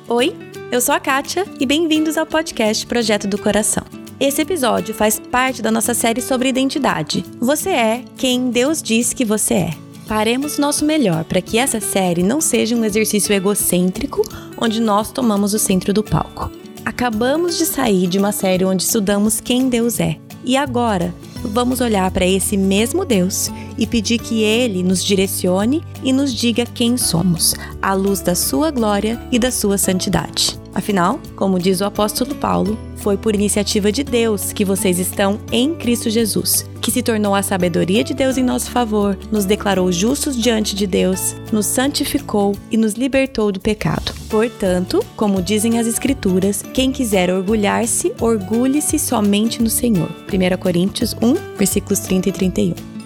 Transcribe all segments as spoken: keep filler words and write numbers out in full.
Oi, eu sou a Kátia e bem-vindos ao podcast Projeto do Coração. Esse episódio faz parte da nossa série sobre identidade. Você é quem Deus diz que você é. Faremos nosso melhor para que essa série não seja um exercício egocêntrico, onde nós tomamos o centro do palco. Acabamos de sair de uma série onde estudamos quem Deus é. E agora, vamos olhar para esse mesmo Deus e pedir que Ele nos direcione e nos diga quem somos, à luz da sua glória e da sua santidade. Afinal, como diz o apóstolo Paulo, foi por iniciativa de Deus que vocês estão em Cristo Jesus, que se tornou a sabedoria de Deus em nosso favor, nos declarou justos diante de Deus, nos santificou e nos libertou do pecado. Portanto, como dizem as Escrituras, quem quiser orgulhar-se, orgulhe-se somente no Senhor. primeira Coríntios um, versículos trinta e trinta e um.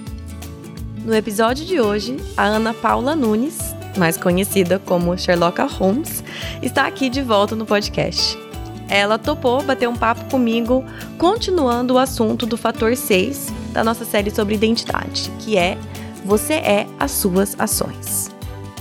No episódio de hoje, a Ana Paula Nunes, mais conhecida como Sherlock Holmes, está aqui de volta no podcast. Ela topou bater um papo comigo, continuando o assunto do fator seis da nossa série sobre identidade, que é Você é as suas ações.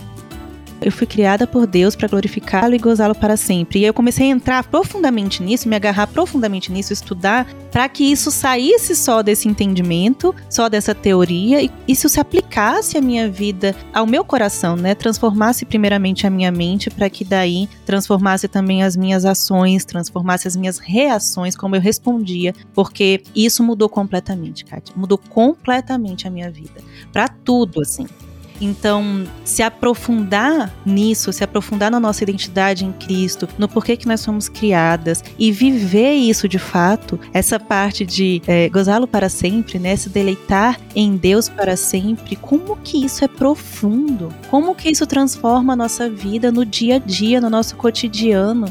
Eu fui criada por Deus para glorificá-lo e gozá-lo para sempre. E eu comecei a entrar profundamente nisso, me agarrar profundamente nisso, estudar, para que isso saísse só desse entendimento, só dessa teoria, e isso se aplicasse à minha vida, ao meu coração, né? Transformasse primeiramente a minha mente, para que daí transformasse também as minhas ações, transformasse as minhas reações, como eu respondia, porque isso mudou completamente, Kátia. Mudou completamente a minha vida. Para tudo, assim. Então, se aprofundar nisso, se aprofundar na nossa identidade em Cristo, no porquê que nós somos criadas e viver isso de fato, essa parte de é, gozá-lo para sempre, né, se deleitar em Deus para sempre, como que isso é profundo? Como que isso transforma a nossa vida no dia a dia, no nosso cotidiano?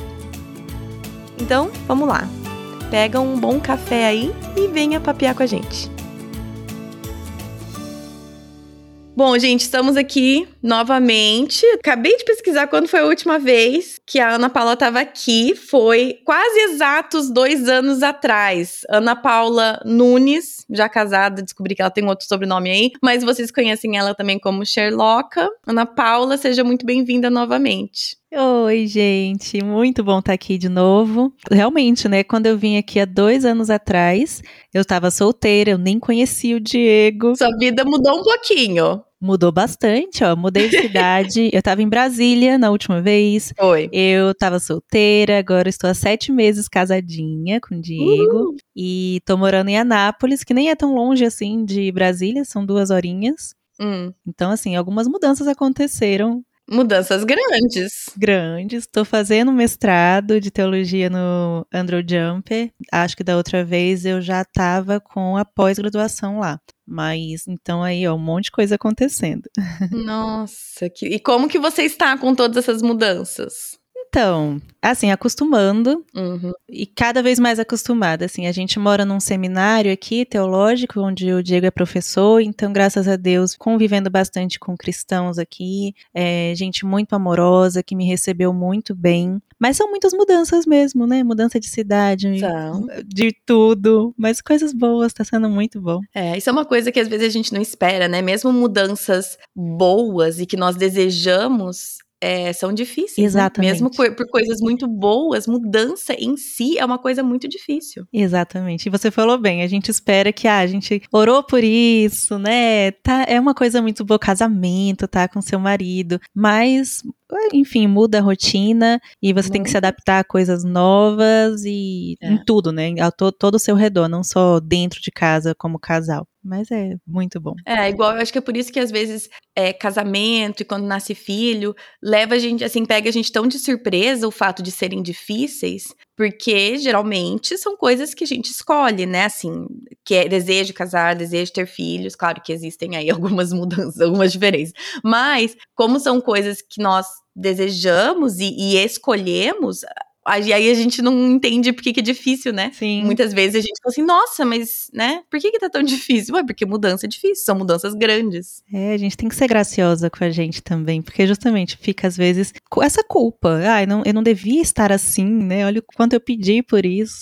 Então, vamos lá. Pega um bom café aí e venha papear com a gente. Bom, gente, estamos aqui novamente. Acabei de pesquisar quando foi a última vez que a Ana Paula estava aqui. Foi quase exatos dois anos atrás. Ana Paula Nunes, já casada, descobri que ela tem outro sobrenome aí, mas vocês conhecem ela também como Sherlock. Ana Paula, seja muito bem-vinda novamente. Oi, gente, muito bom estar aqui de novo. Realmente, né, quando eu vim aqui há dois anos atrás, eu estava solteira, eu nem conhecia o Diego. Sua vida mudou um pouquinho. Mudou bastante, ó, mudei de cidade, eu tava em Brasília na última vez. Oi. Eu tava solteira, agora estou há sete meses casadinha com o Diego. Uh! E tô morando em Anápolis, que nem é tão longe assim de Brasília, são duas horinhas. Hum. Então, assim, algumas mudanças aconteceram. Mudanças grandes. Grandes. Estou fazendo mestrado de teologia no Andrew Jumper. Acho que da outra vez eu já estava com a pós-graduação lá. Mas, então aí, ó, um monte de coisa acontecendo. Nossa, que... e como que você está com todas essas mudanças? Então, assim, acostumando uhum. e cada vez mais acostumada, assim, a gente mora num seminário aqui, teológico, onde o Diego é professor, então, graças a Deus, convivendo bastante com cristãos aqui, é, gente muito amorosa, que me recebeu muito bem, mas são muitas mudanças mesmo, né, mudança de cidade, então. de tudo, mas coisas boas, tá sendo muito bom. É, isso é uma coisa que às vezes a gente não espera, né, mesmo mudanças boas e que nós desejamos, É, são difíceis, Exatamente. Né? Mesmo por, por coisas muito boas, mudança em si é uma coisa muito difícil. Exatamente, e você falou bem, a gente espera que ah, a gente orou por isso, né, tá, é uma coisa muito boa, casamento, tá, com seu marido, mas, enfim, muda a rotina e você muito. Tem que se adaptar a coisas novas e é. Em tudo, né, a to, todo o seu redor, não só dentro de casa como casal. Mas é muito bom. É, igual, eu acho que é por isso que às vezes é, casamento e quando nasce filho, leva a gente, assim, pega a gente tão de surpresa o fato de serem difíceis, porque geralmente são coisas que a gente escolhe, né, assim, que é desejo casar, desejo ter filhos, claro que existem aí algumas mudanças, algumas diferenças, mas como são coisas que nós desejamos e, e escolhemos, aí a gente não entende por que que é difícil, né? Sim. Muitas vezes a gente fala assim, nossa, mas, né, por que que tá tão difícil? Ué, porque mudança é difícil, são mudanças grandes. É, a gente tem que ser graciosa com a gente também, porque justamente fica às vezes com essa culpa. Ah, eu não, eu não devia estar assim, né? Olha o quanto eu pedi por isso.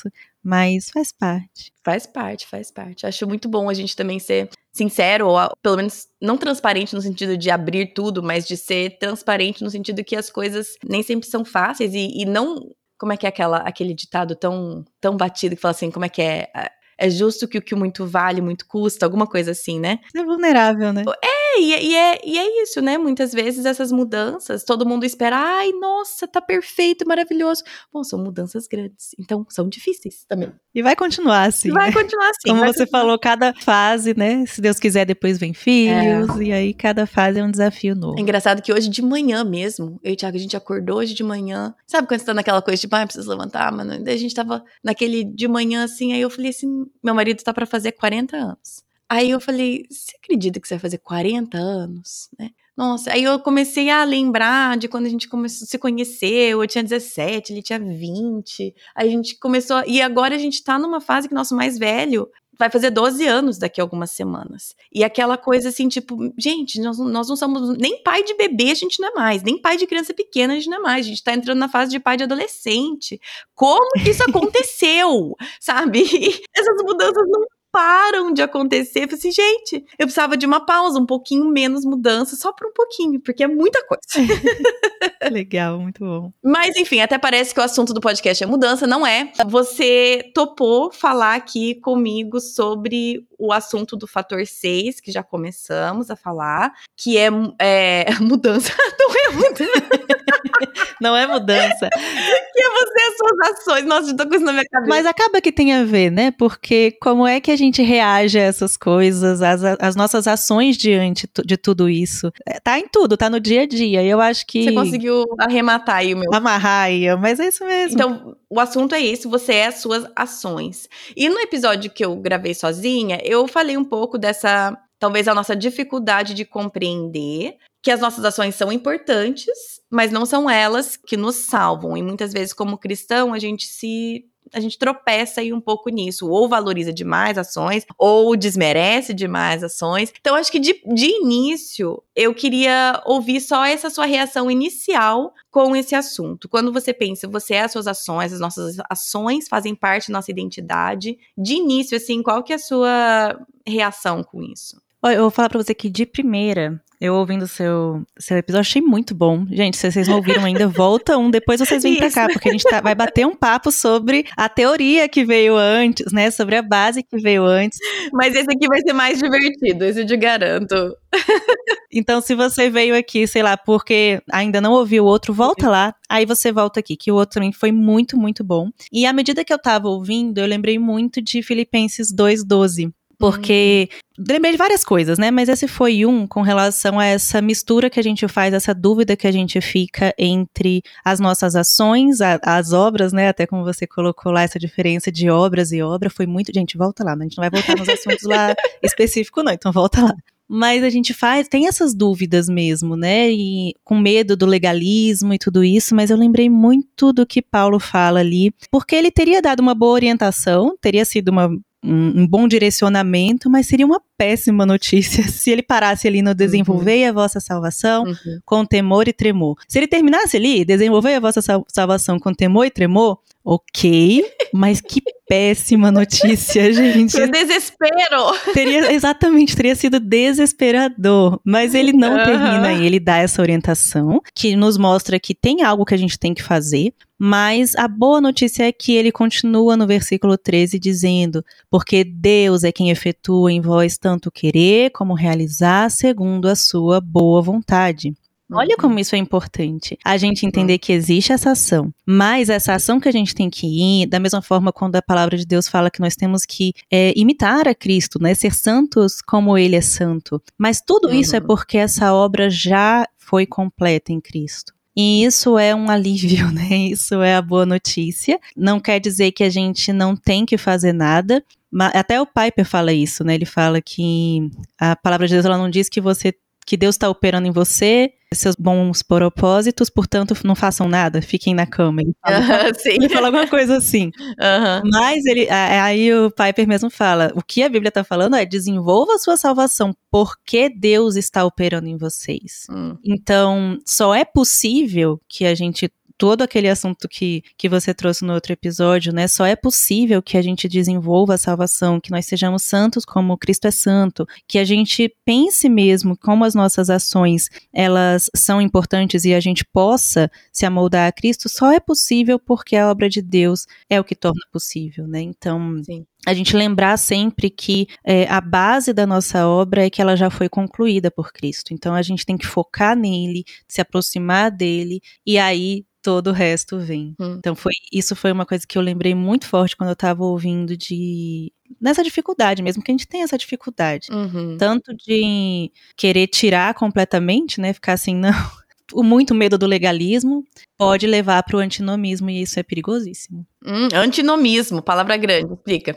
mas faz parte. Faz parte, faz parte. Acho muito bom a gente também ser sincero, ou pelo menos não transparente no sentido de abrir tudo, mas de ser transparente no sentido que as coisas nem sempre são fáceis e, e não... Como é que é aquela, aquele ditado tão, tão batido que fala assim, como é que é? É justo que o que muito vale, muito custa, alguma coisa assim, né? É vulnerável, né? É, e, e, é, e é isso, né? Muitas vezes essas mudanças, todo mundo espera, ai, nossa, tá perfeito, maravilhoso. Bom, são mudanças grandes, então são difíceis também. E vai continuar assim. Vai né? continuar assim. Como você continuar. falou, cada fase, né? Se Deus quiser, depois vem filhos, é. E aí cada fase é um desafio novo. É engraçado que hoje de manhã mesmo, eu e o Thiago, a gente acordou hoje de manhã. Sabe quando você tá naquela coisa, tipo, ah, preciso levantar, mano? Daí a gente tava naquele de manhã assim, aí eu falei assim, meu marido tá pra fazer quarenta anos. Aí eu falei, você acredita que você vai fazer quarenta anos, né? Nossa, aí eu comecei a lembrar de quando a gente começou, se conheceu, eu tinha dezessete, ele tinha vinte, aí a gente começou, e agora a gente tá numa fase que nosso mais velho vai fazer doze anos daqui a algumas semanas. E aquela coisa assim, tipo, gente, nós, nós não somos, nem pai de bebê a gente não é mais, nem pai de criança pequena a gente não é mais, a gente tá entrando na fase de pai de adolescente. Como que isso aconteceu? Sabe? Essas mudanças não param de acontecer. Eu falei assim, gente, eu precisava de uma pausa, um pouquinho menos mudança, só por um pouquinho, porque é muita coisa. Legal, muito bom. Mas enfim, até parece que o assunto do podcast é mudança, não é? Você topou falar aqui comigo sobre o assunto do fator seis, que já começamos a falar, que é, é mudança, não é mudança. Não é mudança. Que é você e as suas ações. Nossa, eu tô com isso na minha cabeça. Mas acaba que tem a ver, né? Porque como é que a gente reage a essas coisas, as, as nossas ações diante de tudo isso? Tá em tudo, tá no dia a dia. E eu acho que... Você conseguiu arrematar aí o meu... Amarrar aí, mas é isso mesmo. Então, o assunto é esse, você é as suas ações. E no episódio que eu gravei sozinha, eu falei um pouco dessa... Talvez a nossa dificuldade de compreender que as nossas ações são importantes, mas não são elas que nos salvam. E muitas vezes, como cristão, a gente se... a gente tropeça aí um pouco nisso, ou valoriza demais ações, ou desmerece demais ações. Então, acho que de, de início, eu queria ouvir só essa sua reação inicial com esse assunto. Quando você pensa, você é as suas ações, as nossas ações fazem parte da nossa identidade. De início, assim, qual que é a sua reação com isso? Eu vou falar pra você que de primeira, eu ouvindo o seu, seu episódio, achei muito bom. Gente, se vocês não ouviram ainda, volta um, depois vocês vêm pra cá, porque a gente tá, vai bater um papo sobre a teoria que veio antes, né, sobre a base que veio antes. Mas esse aqui vai ser mais divertido, esse eu te garanto. Então, se você veio aqui, sei lá, porque ainda não ouviu o outro, volta lá, aí você volta aqui, que o outro também foi muito, muito bom. E à medida que eu tava ouvindo, eu lembrei muito de Filipenses dois, doze. Porque uhum. lembrei de várias coisas, né? Mas esse foi um com relação a essa mistura que a gente faz, essa dúvida que a gente fica entre as nossas ações, a, as obras, né? Até como você colocou lá, essa diferença de obras e obra, foi muito... Gente, volta lá, né? A gente não vai voltar nos assuntos lá específicos, não, então volta lá. Mas a gente faz, tem essas dúvidas mesmo, né? E com medo do legalismo e tudo isso, mas eu lembrei muito do que Paulo fala ali, porque ele teria dado uma boa orientação, teria sido uma... Um, um bom direcionamento, mas seria uma péssima notícia se ele parasse ali no desenvolver uhum. a vossa salvação uhum. com temor e tremor. Se ele terminasse ali, desenvolver a vossa sal- salvação com temor e tremor, ok, mas que péssima notícia, gente. Que desespero! Teria, exatamente, teria sido desesperador, mas ele não uhum. termina aí, ele dá essa orientação, que nos mostra que tem algo que a gente tem que fazer, mas a boa notícia é que ele continua no versículo treze dizendo, porque Deus é quem efetua em vós tanto querer como realizar segundo a sua boa vontade. Olha como isso é importante, a gente entender que existe essa ação, mas essa ação que a gente tem que ir, da mesma forma quando a palavra de Deus fala que nós temos que é, imitar a Cristo, né, ser santos como Ele é santo, mas tudo uhum. isso é porque essa obra já foi completa em Cristo. E isso é um alívio, né? Isso é a boa notícia. Não quer dizer que a gente não tem que fazer nada, mas até o Piper fala isso, né? Ele fala que a palavra de Deus ela não diz que você que Deus está operando em você, seus bons propósitos, portanto, não façam nada, fiquem na cama. Ele fala, uh-huh, sim. ele fala alguma coisa assim. Uh-huh. Mas ele, aí o Piper mesmo fala, o que a Bíblia está falando é desenvolva a sua salvação, porque Deus está operando em vocês. Uh-huh. Então, só é possível que a gente todo aquele assunto que, que você trouxe no outro episódio, né? Só é possível que a gente desenvolva a salvação, que nós sejamos santos como Cristo é santo, que a gente pense mesmo como as nossas ações, elas são importantes e a gente possa se amoldar a Cristo, só é possível porque a obra de Deus é o que torna possível, né? Então, sim, a gente lembrar sempre que é, a base da nossa obra é que ela já foi concluída por Cristo. Então, a gente tem que focar nele, se aproximar dele, e aí todo o resto vem. Hum. Então, foi, isso foi uma coisa que eu lembrei muito forte quando eu estava ouvindo de... nessa dificuldade mesmo, que a gente tem essa dificuldade. Uhum. Tanto de querer tirar completamente, né? Ficar assim, não... O muito medo do legalismo pode levar para o antinomismo, e isso é perigosíssimo. Hum, antinomismo, palavra grande, explica.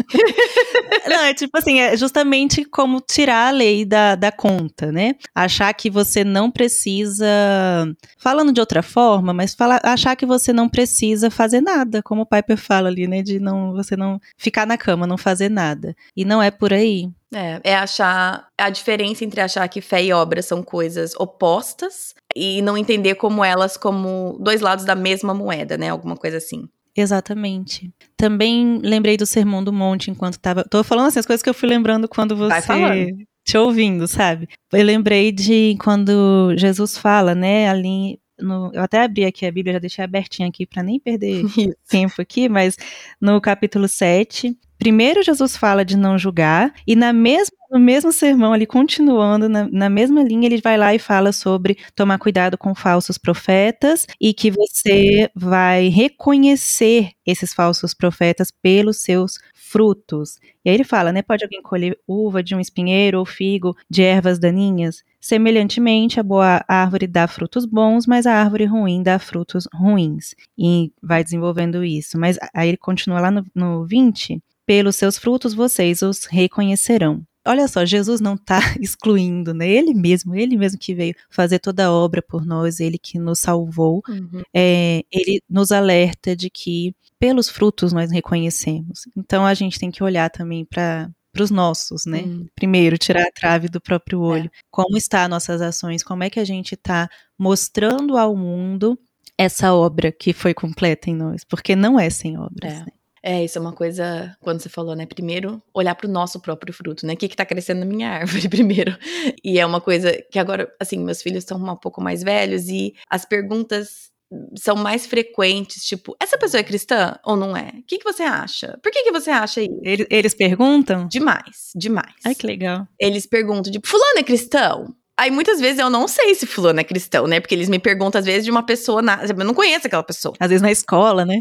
Não, é tipo assim, é justamente como tirar a lei da, da conta, né? Achar que você não precisa, falando de outra forma, mas fala, achar que você não precisa fazer nada, como o Piper fala ali, né? De não, você não ficar na cama, não fazer nada. E não é por aí. É, é achar a diferença entre achar que fé e obra são coisas opostas e não entender como elas como dois lados da mesma moeda, né? Alguma coisa assim. Exatamente. Também lembrei do Sermão do Monte enquanto tava... Tô falando assim, as coisas que eu fui lembrando quando você... te ouvindo, sabe? Eu lembrei de quando Jesus fala, né, ali... No, eu até abri aqui a Bíblia, já deixei abertinha aqui para nem perder tempo aqui, mas no capítulo sete, primeiro Jesus fala de não julgar, e na mesma, no mesmo sermão ali, continuando na, na mesma linha, ele vai lá e fala sobre tomar cuidado com falsos profetas, e que você vai reconhecer esses falsos profetas pelos seus frutos. E aí ele fala, né, pode alguém colher uva de um espinheiro ou figo de ervas daninhas? Semelhantemente, a boa árvore dá frutos bons, mas a árvore ruim dá frutos ruins. E vai desenvolvendo isso. Mas aí ele continua lá no, no vinte, pelos seus frutos vocês os reconhecerão. Olha só, Jesus não está excluindo, né? Ele mesmo, ele mesmo que veio fazer toda a obra por nós, ele que nos salvou, uhum. é, ele nos alerta de que pelos frutos nós reconhecemos. Então a gente tem que olhar também para os nossos, né? Hum. Primeiro, tirar a trave do próprio olho. É. Como estão as nossas ações? Como é que a gente está mostrando ao mundo essa obra que foi completa em nós? Porque não é sem obras, é. né? É, isso é uma coisa, quando você falou, né, primeiro, olhar pro nosso próprio fruto, né, o que que tá crescendo na minha árvore primeiro, e é uma coisa que agora, assim, meus filhos estão um pouco mais velhos, e as perguntas são mais frequentes, tipo, essa pessoa é cristã ou não é? O que que você acha? Por que que você acha isso? Eles, eles perguntam? Demais, demais. Ai, que legal. Eles perguntam, tipo, fulano é cristão? Aí muitas vezes eu não sei se fulano é cristão, né? Porque eles me perguntam às vezes de uma pessoa, na... eu não conheço aquela pessoa. Às vezes na escola, né?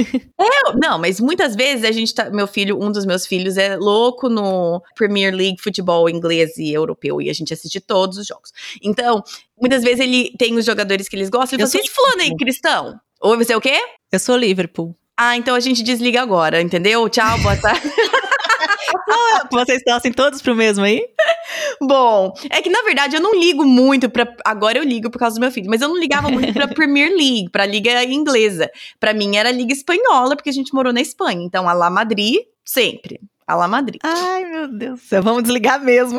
É, não, mas muitas vezes a gente tá, meu filho, um dos meus filhos é louco no Premier League, futebol inglês e europeu, e a gente assiste todos os jogos. Então, muitas vezes ele tem os jogadores que eles gostam, ele fala assim, fulano é cristão? Ou você é o quê? Eu sou Liverpool. Ah, então a gente desliga agora, entendeu? Tchau, boa tarde. Vocês torcem todos pro mesmo aí? Bom, é que na verdade eu não ligo muito pra... Agora eu ligo por causa do meu filho, mas eu não ligava muito pra Premier League, pra liga inglesa. Pra mim era a liga espanhola, porque a gente morou na Espanha. Então, a La Madrid, sempre. A La Madrid. Ai, meu Deus do céu, vamos desligar mesmo.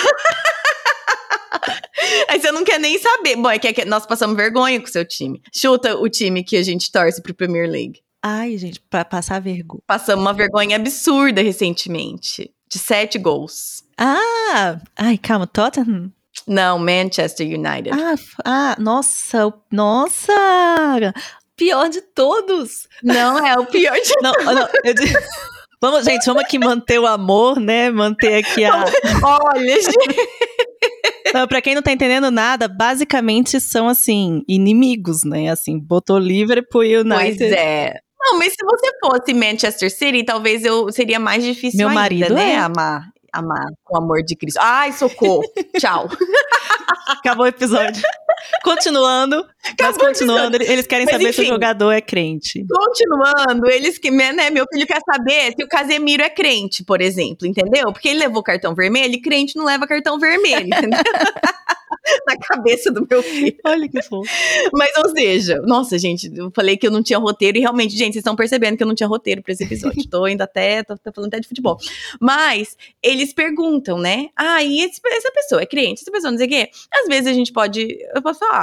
Aí você não quer nem saber. Bom, é que nós passamos vergonha com o seu time. Chuta o time que a gente torce pro Premier League. Ai, gente, pra passar vergonha. Passamos uma vergonha absurda recentemente. De sete gols. Ah! Ai, calma, Tottenham? Não, Manchester United. Ah, ah nossa, nossa! Pior de todos! Não, é o pior de não, todos. Não, eu disse... Vamos, gente, vamos aqui manter o amor, né? Manter aqui a... Olha, gente... Não, pra quem não tá entendendo nada, basicamente são, assim, inimigos, né? Assim, botou Liverpool e United. Pois é. Não, mas se você fosse Manchester City, talvez eu seria mais difícil Meu ainda, marido né? É. Amar, amar com o amor de Cristo. Ai, socorro. Tchau. Acabou o episódio. Continuando, Acabou mas continuando, eles querem mas, saber enfim, se o jogador é crente. Continuando, eles que, né, meu filho quer saber se o Casemiro é crente, por exemplo, entendeu? Porque ele levou cartão vermelho e crente não leva cartão vermelho, entendeu? Na cabeça do meu filho. Olha que fofo. Mas, ou seja, nossa, gente, eu falei que eu não tinha roteiro e realmente, gente, vocês estão percebendo que eu não tinha roteiro pra esse episódio. Tô indo até, tô, tô falando até de futebol. Mas, eles perguntam, né? Ah, e esse, essa pessoa é crente? Essa pessoa não sei o quê? Às vezes a gente pode, eu posso falar, o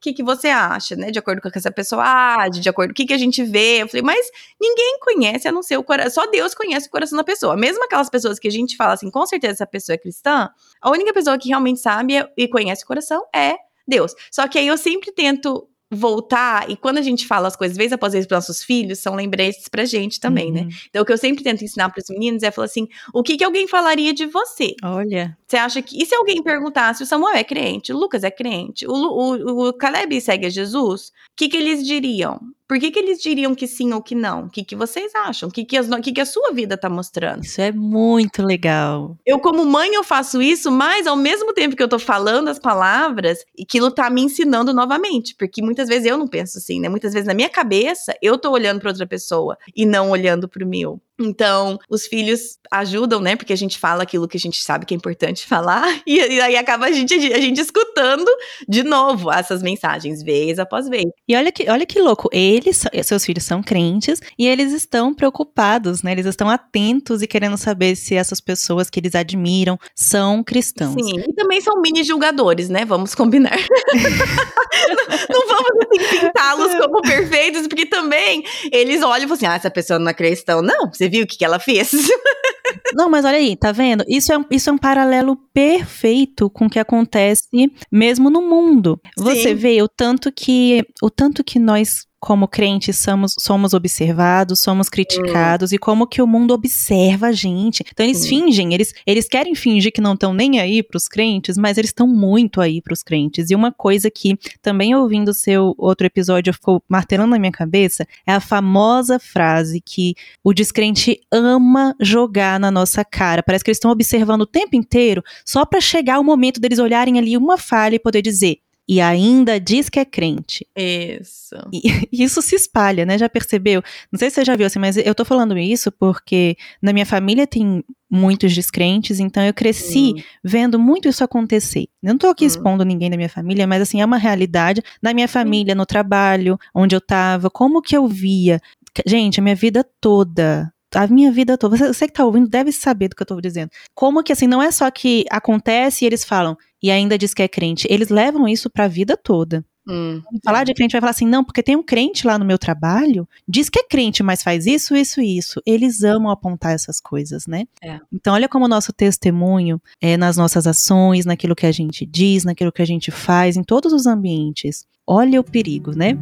que, que você acha, né? De acordo com o que essa pessoa age, de acordo com o que, que a gente vê. Eu falei, mas ninguém conhece a não ser o coração. Só Deus conhece o coração da pessoa. Mesmo aquelas pessoas que a gente fala assim, com certeza essa pessoa é cristã, a única pessoa que realmente sabe e conhece o coração é Deus. Só que aí eu sempre tento voltar, e quando a gente fala as coisas vez após vez para nossos filhos, são lembretes pra gente também, uhum. né? Então o que eu sempre tento ensinar pros meninos é falar assim, o que que alguém falaria de você? Olha. Você acha que, e se alguém perguntasse, o Samuel é crente, o Lucas é crente, o, o, o Caleb segue a Jesus, o que que eles diriam? Por que que eles diriam que sim ou que não? O que que vocês acham? O que que, as, o que que a sua vida tá mostrando? Isso é muito legal. Eu, como mãe, eu faço isso, mas ao mesmo tempo que eu tô falando as palavras, aquilo tá me ensinando novamente, porque muitas vezes eu não penso assim, né? Muitas vezes na minha cabeça, eu tô olhando pra outra pessoa e não olhando pro meu. Então, os filhos ajudam, né? Porque a gente fala aquilo que a gente sabe que é importante falar, e, e aí acaba a gente, a gente escutando de novo essas mensagens, vez após vez. E olha que, olha que louco, eles, seus filhos são crentes, e eles estão preocupados, né? Eles estão atentos e querendo saber se essas pessoas que eles admiram são cristãos. Sim, e também são mini julgadores, né? Vamos combinar. não, não vamos assim, pintá-los como perfeitos, porque também eles olham e falam assim, ah, essa pessoa não é cristã. Não, você viu o que, que ela fez? Não, mas olha aí, tá vendo? Isso é, isso é um paralelo perfeito com o que acontece mesmo no mundo. Você Sim. vê o tanto que, o tanto que nós, como crentes, somos, somos observados, somos criticados, hum. e como que o mundo observa a gente. Então eles hum. fingem, eles, eles querem fingir que não estão nem aí pros crentes, mas eles estão muito aí pros crentes. E uma coisa que, também ouvindo o seu outro episódio, ficou martelando na minha cabeça, é a famosa frase que o descrente ama jogar na nossa cara. Parece que eles estão observando o tempo inteiro, só pra chegar o momento deles olharem ali uma falha e poder dizer, e ainda diz que é crente. Isso. E isso se espalha, né? Já percebeu? Não sei se você já viu assim, mas eu tô falando isso porque na minha família tem muitos descrentes, então eu cresci hum. vendo muito isso acontecer. Eu não tô aqui hum. expondo ninguém da minha família, mas assim, é uma realidade na minha família, no trabalho, onde eu tava, como que eu via. Gente, a minha vida toda... A minha vida toda, você, você que tá ouvindo deve saber do que eu tô dizendo. Como que assim, não é só que acontece e eles falam, e ainda diz que é crente. Eles levam isso pra vida toda. Hum, falar é. de crente vai falar assim, não, porque tem um crente lá no meu trabalho, diz que é crente, mas faz isso, isso e isso. Eles amam apontar essas coisas, né? É. Então olha como o nosso testemunho é nas nossas ações, naquilo que a gente diz, naquilo que a gente faz, em todos os ambientes. Olha o perigo, né?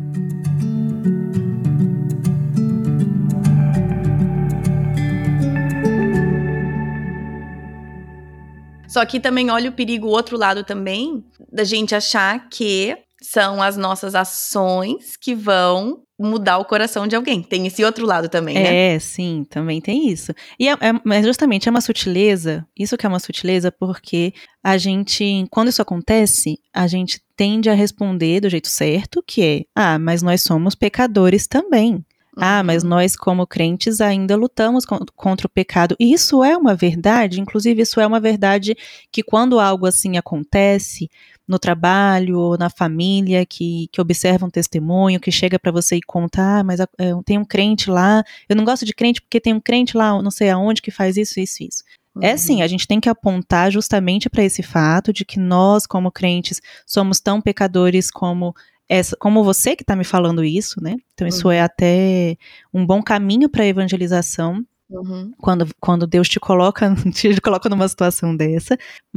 Só que também olha o perigo, o outro lado também, da gente achar que são as nossas ações que vão mudar o coração de alguém. Tem esse outro lado também, né? É, sim, também tem isso. E é, é, mas justamente é uma sutileza, isso que é uma sutileza, porque a gente, quando isso acontece, a gente tende a responder do jeito certo, que é, ah, mas nós somos pecadores também. Ah, mas nós como crentes ainda lutamos contra o pecado. E isso é uma verdade, inclusive isso é uma verdade que quando algo assim acontece no trabalho ou na família, que, que observa um testemunho, que chega para você e conta, ah, mas é, tem um crente lá, eu não gosto de crente porque tem um crente lá, não sei aonde, que faz isso, isso, isso. Uhum. É sim, a gente tem que apontar justamente para esse fato de que nós como crentes somos tão pecadores como... Essa, como você que está me falando isso, né? Então isso uhum. é até um bom caminho para a evangelização, uhum. quando, quando Deus te coloca, te coloca numa situação dessa,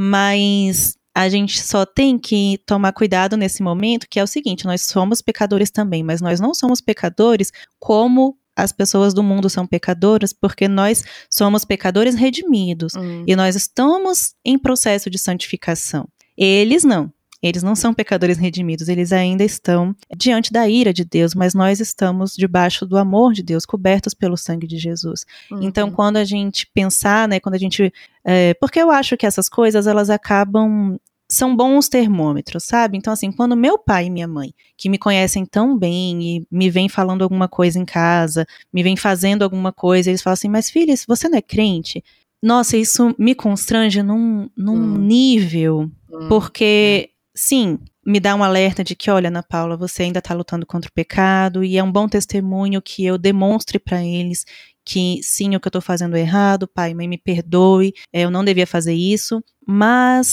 mas a gente só tem que tomar cuidado nesse momento, que é o seguinte, nós somos pecadores também, mas nós não somos pecadores como as pessoas do mundo são pecadoras, porque nós somos pecadores redimidos, uhum. e nós estamos em processo de santificação. Eles não. Eles não são pecadores redimidos, eles ainda estão diante da ira de Deus, mas nós estamos debaixo do amor de Deus, cobertos pelo sangue de Jesus. Uhum. Então, quando a gente pensar, né, quando a gente... É, porque eu acho que essas coisas, elas acabam... São bons termômetros, sabe? Então, assim, quando meu pai e minha mãe, que me conhecem tão bem e me vêm falando alguma coisa em casa, me vêm fazendo alguma coisa, eles falam assim, mas filha, se você não é crente... Nossa, isso me constrange num, num hum. nível, hum. porque... Sim, me dá um alerta de que, olha, Ana Paula, você ainda está lutando contra o pecado e é um bom testemunho que eu demonstre para eles que sim, o que eu estou fazendo é errado, pai, mãe, me perdoe, eu não devia fazer isso, mas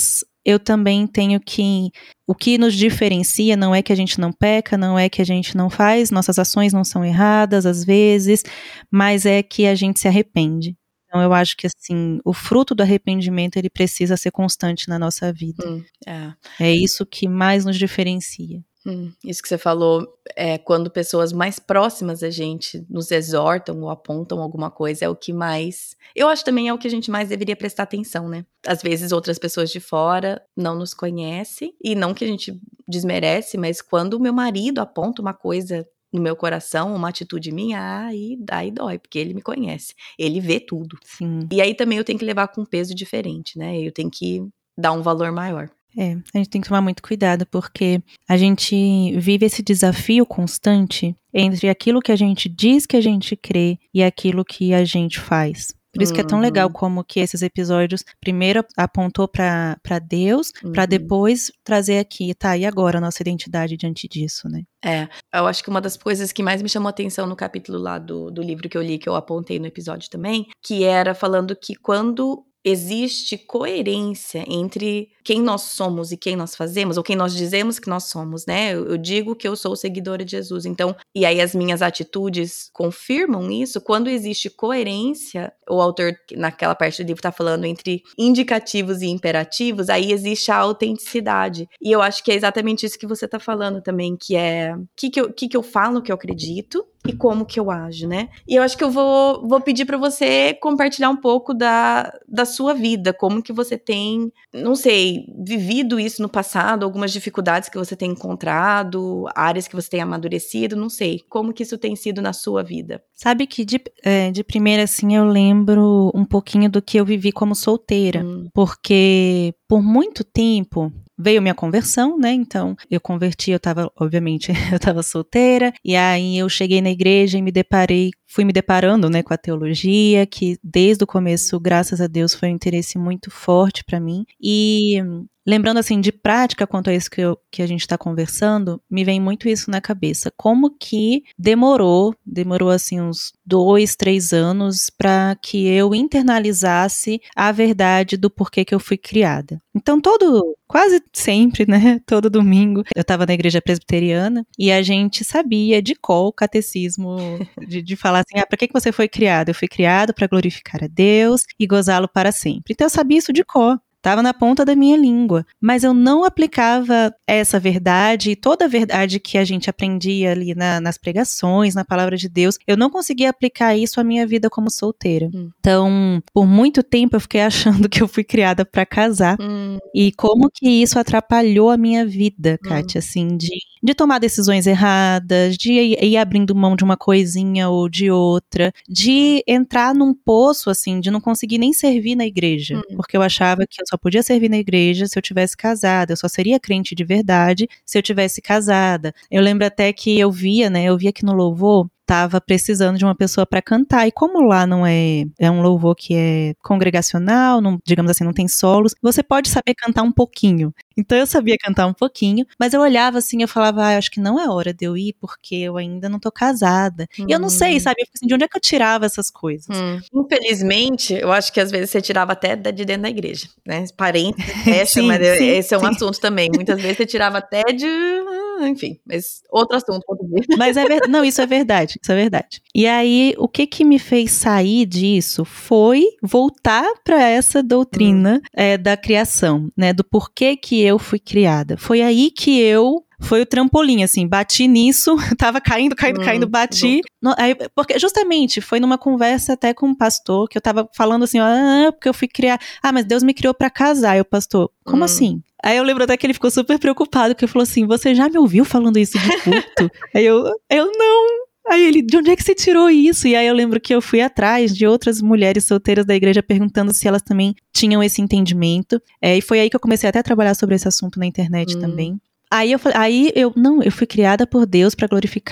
eu também tenho que... O que nos diferencia não é que a gente não peca, não é que a gente não faz, nossas ações não são erradas às vezes, mas é que a gente se arrepende. Então eu acho que assim, o fruto do arrependimento ele precisa ser constante na nossa vida. Hum, é. É isso que mais nos diferencia. Hum, isso que você falou, é quando pessoas mais próximas a gente nos exortam ou apontam alguma coisa, é o que mais... Eu acho também é o que a gente mais deveria prestar atenção, né? Às vezes outras pessoas de fora não nos conhecem, e não que a gente desmerece, mas quando o meu marido aponta uma coisa no meu coração, uma atitude minha, aí, aí dói, porque ele me conhece, ele vê tudo. Sim. E aí também eu tenho que levar com um peso diferente, né? Eu tenho que dar um valor maior. É, a gente tem que tomar muito cuidado, porque a gente vive esse desafio constante entre aquilo que a gente diz que a gente crê e aquilo que a gente faz. Por isso que é tão legal como que esses episódios primeiro apontou para para Deus, uhum. para depois trazer aqui, tá, e agora a nossa identidade diante disso, né? É, eu acho que uma das coisas que mais me chamou a atenção no capítulo lá do, do livro que eu li, que eu apontei no episódio também, que era falando que quando existe coerência entre quem nós somos e quem nós fazemos, ou quem nós dizemos que nós somos, né? Eu, eu digo que eu sou seguidora de Jesus, então, e aí as minhas atitudes confirmam isso. Quando existe coerência, o autor, naquela parte do livro, tá falando entre indicativos e imperativos, aí existe a autenticidade. E eu acho que é exatamente isso que você tá falando também, que é o que, que, eu, que, que eu falo, que eu acredito, e como que eu ajo, né? E eu acho que eu vou, vou pedir pra você compartilhar um pouco da, da sua vida, como que você tem, não sei, vivido isso no passado, algumas dificuldades que você tem encontrado, áreas que você tem amadurecido, não sei, como que isso tem sido na sua vida? Sabe que de, é, de primeira, assim, eu lembro um pouquinho do que eu vivi como solteira, hum. porque por muito tempo... Veio minha conversão, né, então eu converti, eu tava, obviamente, eu tava solteira, e aí eu cheguei na igreja e me deparei, fui me deparando, né, com a teologia, que desde o começo, graças a Deus, foi um interesse muito forte pra mim, e... Lembrando, assim, de prática quanto a isso que, eu, que a gente está conversando, me vem muito isso na cabeça. Como que demorou, demorou, assim, uns dois, três anos para que eu internalizasse a verdade do porquê que eu fui criada. Então, todo, quase sempre, né, todo domingo, eu estava na igreja presbiteriana e a gente sabia de cor o catecismo, de, de falar assim, ah, para que, que você foi criado? Eu fui criado para glorificar a Deus e gozá-lo para sempre. Então, eu sabia isso de cor. Estava na ponta da minha língua, mas eu não aplicava essa verdade, toda a verdade que a gente aprendia ali na, nas pregações, na palavra de Deus, eu não conseguia aplicar isso à minha vida como solteira. Hum. Então, por muito tempo eu fiquei achando que eu fui criada para casar, hum. e como que isso atrapalhou a minha vida, Kátia, hum. assim, de, de tomar decisões erradas, de ir, ir abrindo mão de uma coisinha ou de outra, de entrar num poço, assim, de não conseguir nem servir na igreja, hum. porque eu achava que eu só podia servir na igreja se eu tivesse casada, eu só seria crente de verdade se eu tivesse casada. Eu lembro até que eu via, né, eu via que no louvor estava precisando de uma pessoa para cantar, e como lá não é, é um louvor que é congregacional, não, digamos assim, não tem solos, você pode saber cantar um pouquinho. Então eu sabia cantar um pouquinho, mas eu olhava assim, eu falava, ah, eu acho que não é hora de eu ir, porque eu ainda não tô casada. Hum. E eu não sei, sabe, eu fico assim, de onde é que eu tirava essas coisas? Hum. Infelizmente, eu acho que às vezes você tirava até de dentro da igreja, né, parentes, fecha, sim, mas sim, esse é um sim. assunto também, muitas vezes você tirava até de... Enfim, mas outro assunto. Mas é verdade, não, isso é verdade, isso é verdade. E aí, o que que me fez sair disso foi voltar para essa doutrina hum. é, da criação, né, do porquê que eu fui criada. Foi aí que eu... Foi o trampolim, assim, bati nisso, tava caindo, caindo, hum, caindo, bati. No, aí, porque justamente foi numa conversa até com um pastor, que eu tava falando assim, ah, porque eu fui criar, ah, mas Deus me criou pra casar. E o pastor, como hum. assim? Aí eu lembro até que ele ficou super preocupado, que ele falou assim, você já me ouviu falando isso de culto? Aí eu, eu não... Aí ele, de onde é que você tirou isso? E aí eu lembro que eu fui atrás de outras mulheres solteiras da igreja perguntando se elas também tinham esse entendimento. É, e foi aí que eu comecei até a trabalhar sobre esse assunto na internet hum. também. Aí eu, aí eu, não, eu fui criada por Deus para glorificar,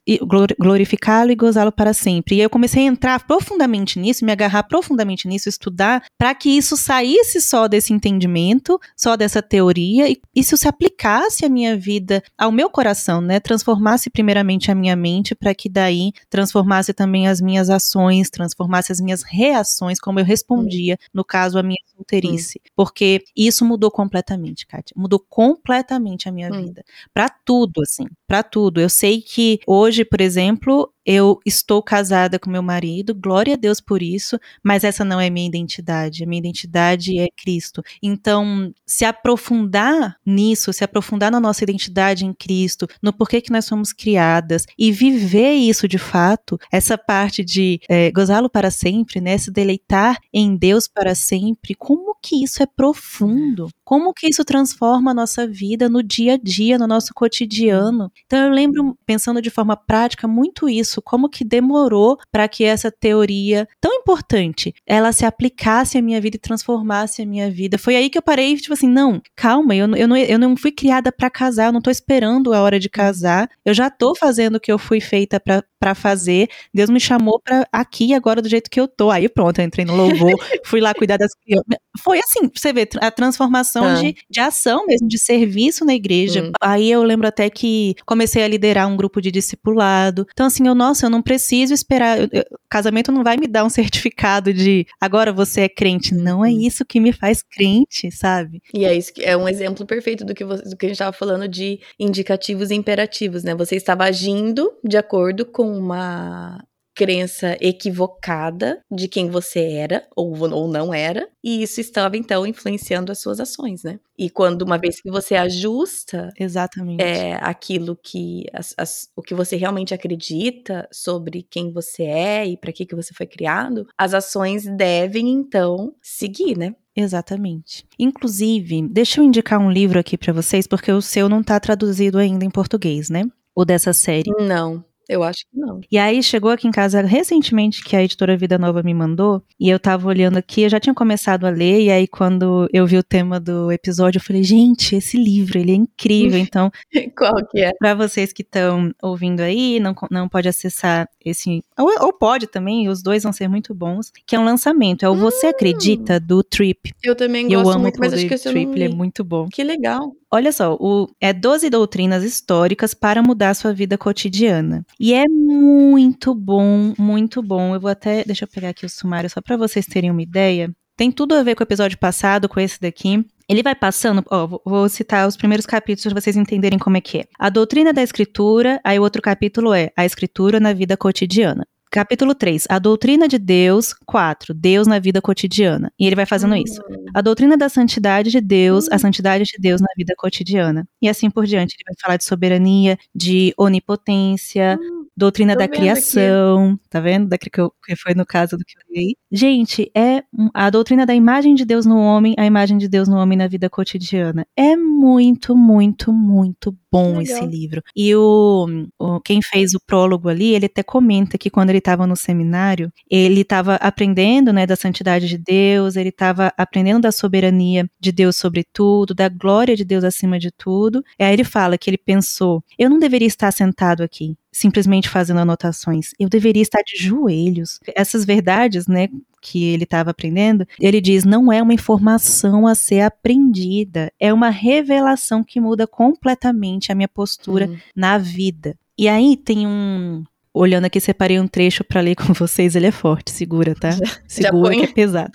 e glor- glorificá-lo e gozá-lo para sempre. E aí eu comecei a entrar profundamente nisso, me agarrar profundamente nisso, estudar, para que isso saísse só desse entendimento, só dessa teoria, e isso se aplicasse à minha vida, ao meu coração, né? Transformasse primeiramente a minha mente, para que daí transformasse também as minhas ações, transformasse as minhas reações, como eu respondia, no caso, a minha solteirice. Hum. Porque isso mudou completamente, Kátia. Mudou completamente a minha hum. vida. Pra tudo, assim. Pra tudo. Eu sei que hoje, por exemplo, eu estou casada com meu marido, glória a Deus por isso, mas essa não é minha identidade. A minha identidade é Cristo. Então, se aprofundar nisso, se aprofundar na nossa identidade em Cristo, no porquê que nós somos criadas, e viver isso de fato, essa parte de é, gozá-lo para sempre, né, se deleitar em Deus para sempre, como que isso é profundo? Como que isso transforma a nossa vida no dia a dia, no nosso cotidiano? Então eu lembro, pensando de forma prática, muito isso, como que demorou para que essa teoria tão importante, ela se aplicasse à minha vida e transformasse a minha vida. Foi aí que eu parei, tipo assim, não, calma, eu, eu, não, eu não fui criada para casar, eu não tô esperando a hora de casar, eu já tô fazendo o que eu fui feita para para fazer, Deus me chamou para aqui agora do jeito que eu tô. Aí pronto, eu entrei no louvor, fui lá cuidar das crianças. Foi assim, você vê, a transformação ah. de, de ação mesmo, de serviço na igreja. Hum. Aí eu lembro até que comecei a liderar um grupo de discipulado. Então assim, eu, nossa, eu não preciso esperar, eu, eu, casamento não vai me dar um certificado de agora você é crente. Não é isso que me faz crente, sabe? E é isso, é um exemplo perfeito do que, você, do que a gente estava falando de indicativos e imperativos, né? Você estava agindo de acordo com uma crença equivocada de quem você era ou, ou não era, e isso estava então influenciando as suas ações, né? E quando uma vez que você ajusta exatamente é, aquilo que as, as, o que você realmente acredita sobre quem você é e para que que você foi criado, as ações devem então seguir, né? Exatamente. Inclusive, deixa eu indicar um livro aqui para vocês, porque o seu não tá traduzido ainda em português, né? O dessa série. Não. Eu acho que não. E aí chegou aqui em casa recentemente que a editora Vida Nova me mandou, e eu tava olhando aqui, eu já tinha começado a ler, e aí quando eu vi o tema do episódio, eu falei, gente, esse livro, ele é incrível, então... Qual que é? Pra vocês que estão ouvindo aí, não, não pode acessar esse... Ou, ou pode também, os dois vão ser muito bons, que é um lançamento, é o hum. Você Acredita, do Trip. Eu também eu gosto amo muito, mas acho que esse Trip, eu não ele li. é muito bom. Que legal. Olha só, o, é doze doutrinas históricas para mudar a sua vida cotidiana. E é muito bom, muito bom. Eu vou até, deixa eu pegar aqui o sumário só para vocês terem uma ideia. Tem tudo a ver com o episódio passado, com esse daqui. Ele vai passando, ó, vou citar os primeiros capítulos para vocês entenderem como é que é. A doutrina da escritura, aí o outro capítulo é a escritura na vida cotidiana. Capítulo três, a doutrina de Deus. quatro, Deus na vida cotidiana. E ele vai fazendo uhum. isso. A doutrina da santidade de Deus, uhum. a santidade de Deus na vida cotidiana. E assim por diante. Ele vai falar de soberania, de onipotência, uhum. doutrina Tô da criação. Aqui. Tá vendo? Da, que, eu, que foi no caso do que eu li. Gente, é a doutrina da imagem de Deus no homem, a imagem de Deus no homem na vida cotidiana. É muito, muito, muito bom Legal. Esse livro. E o, o quem fez o prólogo ali, ele até comenta que quando ele estava no seminário, ele estava aprendendo, né, da santidade de Deus, ele estava aprendendo da soberania de Deus sobre tudo, da glória de Deus acima de tudo. E aí ele fala que ele pensou, eu não deveria estar sentado aqui, simplesmente fazendo anotações, eu deveria estar de joelhos. Essas verdades, né, que ele estava aprendendo, ele diz, não é uma informação a ser aprendida, é uma revelação que muda completamente a minha postura uhum. na vida. E aí tem um... Olhando aqui, separei um trecho pra ler com vocês, ele é forte, segura, tá? Já, segura já que é pesado.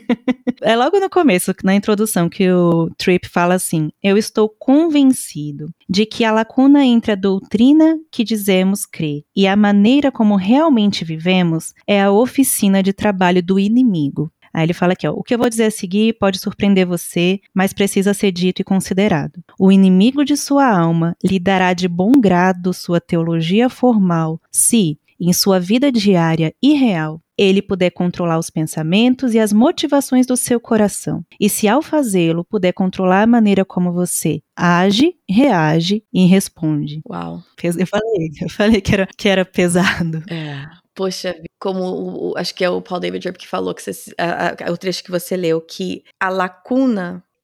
É logo no começo, na introdução, que o Tripp fala assim, eu estou convencido de que a lacuna entre a doutrina que dizemos crer e a maneira como realmente vivemos é a oficina de trabalho do inimigo. Aí ele fala aqui, ó, o que eu vou dizer a seguir pode surpreender você, mas precisa ser dito e considerado. O inimigo de sua alma lhe dará de bom grado sua teologia formal, se, em sua vida diária e real, ele puder controlar os pensamentos e as motivações do seu coração. E se ao fazê-lo puder controlar a maneira como você age, reage e responde. Uau. Eu falei, eu falei que era, que era pesado. É. Poxa, como o, o, acho que é o Paul David Tripp que falou, que você, a, a, o trecho que você leu, que a lacuna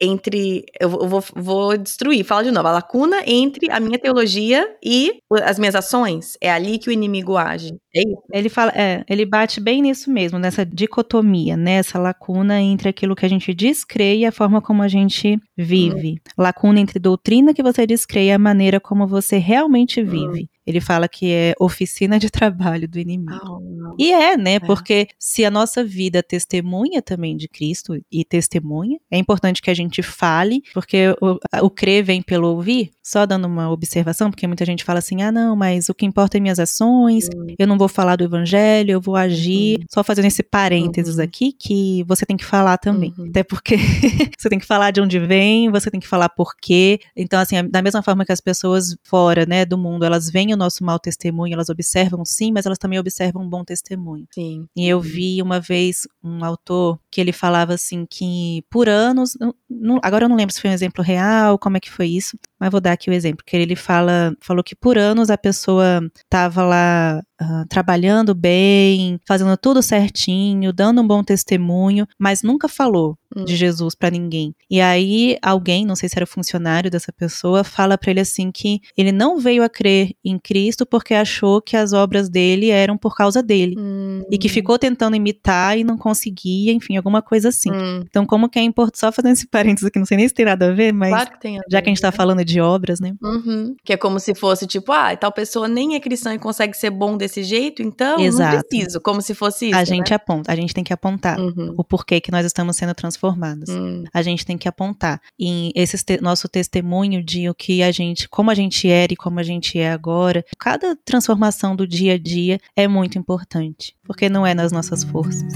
entre, eu vou, vou destruir, fala de novo, a lacuna entre a minha teologia e as minhas ações, é ali que o inimigo age, é isso? Ele fala, é, ele bate bem nisso mesmo, nessa dicotomia, né, essa lacuna entre aquilo que a gente diz crer e a forma como a gente vive. Hum. Lacuna entre doutrina que você diz crer e a maneira como você realmente vive. Hum. Ele fala que é oficina de trabalho do inimigo. Oh, e é, né, é. Porque se a nossa vida testemunha também de Cristo, e testemunha, é importante que a gente fale, porque o, o crer vem pelo ouvir. Só dando uma observação, porque muita gente fala assim, ah não, mas o que importa é minhas ações, hum. eu não vou falar do evangelho, eu vou agir, hum. só fazendo esse parênteses uhum. aqui, que você tem que falar também, uhum. até porque você tem que falar de onde vem, você tem que falar por quê. Então assim, da mesma forma que as pessoas fora, né, do mundo, elas veem o nosso mau testemunho, elas observam sim, mas elas também observam um bom testemunho. Sim. E eu vi uma vez um autor que ele falava assim que por anos, não, não, agora eu não lembro se foi um exemplo real, como é que foi isso, mas vou dar aqui o exemplo, que ele fala, falou que por anos a pessoa estava lá uh, trabalhando bem, fazendo tudo certinho, dando um bom testemunho, mas nunca falou hum. de Jesus para ninguém. E aí alguém, não sei se era o funcionário dessa pessoa, fala para ele assim que ele não veio a crer em Cristo porque achou que as obras dele eram por causa dele. Hum. E que ficou tentando imitar e não conseguia, enfim, alguma coisa assim. Hum. Então como que é importante, só fazendo esse parênteses aqui, não sei nem se tem nada a ver, mas claro que tem a ver, já que a gente tá né? falando de obras, né? Uhum. Que é como se fosse tipo, ah, tal pessoa nem é cristã e consegue ser bom desse jeito, então Exato. Não preciso, como se fosse isso, A gente né? aponta, a gente tem que apontar uhum. o porquê que nós estamos sendo transformados. Uhum. A gente tem que apontar. E esse te- nosso testemunho de o que a gente, como a gente era e como a gente é agora, cada transformação do dia a dia é muito importante, porque não é nas nossas forças.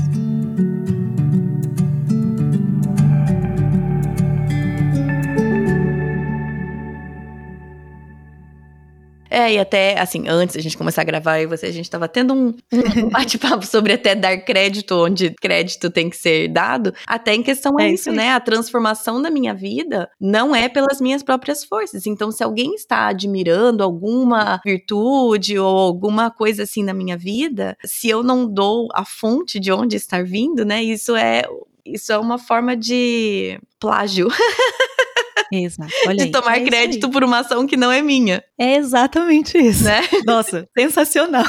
É, e até, assim, antes da gente começar a gravar, eu e você, a gente tava tendo um, um bate-papo sobre até dar crédito onde crédito tem que ser dado, até em questão é, é isso, né? A transformação da minha vida não é pelas minhas próprias forças. Então, se alguém está admirando alguma virtude ou alguma coisa assim na minha vida, se eu não dou a fonte de onde estar vindo, né? Isso é, isso é uma forma de plágio. Exato. Olha de aí. tomar é crédito por uma ação que não é minha. É exatamente isso. Né? Nossa, sensacional.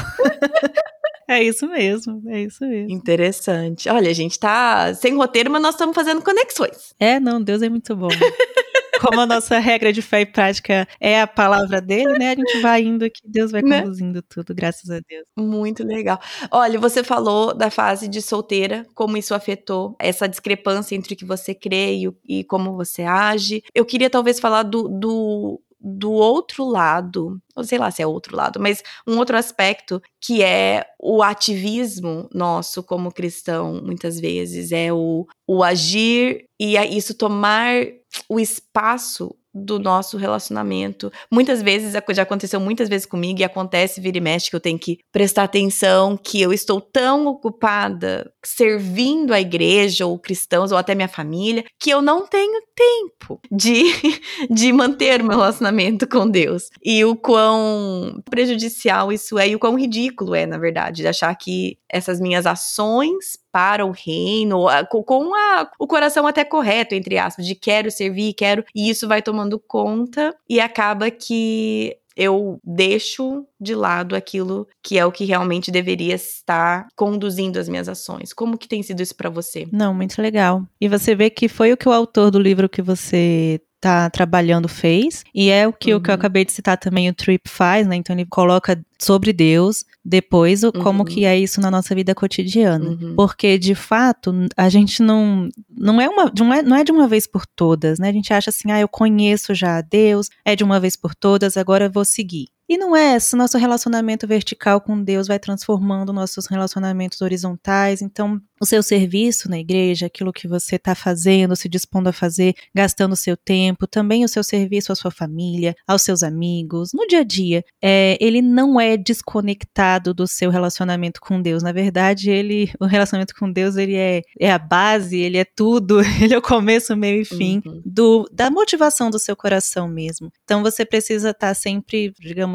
É isso mesmo, é isso mesmo. Interessante. Olha, a gente tá sem roteiro, mas nós estamos fazendo conexões. É, não, Deus é muito bom. Como a nossa regra de fé e prática é a palavra dele, né? A gente vai indo aqui, Deus vai né? conduzindo tudo, graças a Deus. Muito legal. Olha, você falou da fase de solteira, como isso afetou essa discrepância entre o que você crê e, e como você age. Eu queria talvez falar do, do, do outro lado, ou sei lá se é outro lado, mas um outro aspecto que é o ativismo nosso como cristão, muitas vezes, é o, o agir e isso tomar o espaço do nosso relacionamento. Muitas vezes, já aconteceu muitas vezes comigo e acontece vira e mexe que eu tenho que prestar atenção, que eu estou tão ocupada servindo a igreja ou cristãos ou até minha família, que eu não tenho tempo de, de manter o meu relacionamento com Deus. E o quão prejudicial isso é e o quão ridículo é, na verdade, de achar que essas minhas ações para o reino, com a, o coração até correto, entre aspas, de quero servir, quero, e isso vai tomando conta e acaba que eu deixo de lado aquilo que é o que realmente deveria estar conduzindo as minhas ações. Como que tem sido isso para você? Não, muito legal. E você vê que foi o que o autor do livro que você tá trabalhando fez, e é o que, uhum. o que eu acabei de citar também o Tripp faz, né, então ele coloca sobre Deus, depois o, uhum. como que é isso na nossa vida cotidiana, uhum. porque de fato a gente não, não, é uma, não, é, não é de uma vez por todas, né, a gente acha assim, ah, eu conheço já a Deus, é de uma vez por todas, agora eu vou seguir. E não é, esse nosso relacionamento vertical com Deus vai transformando nossos relacionamentos horizontais, então o seu serviço na igreja, aquilo que você está fazendo, se dispondo a fazer, gastando o seu tempo, também o seu serviço à sua família, aos seus amigos, no dia a dia, é, ele não é desconectado do seu relacionamento com Deus. Na verdade, ele, o relacionamento com Deus ele é, é a base, ele é tudo, ele é o começo, meio e fim uhum. do, da motivação do seu coração mesmo. Então você precisa estar sempre, digamos,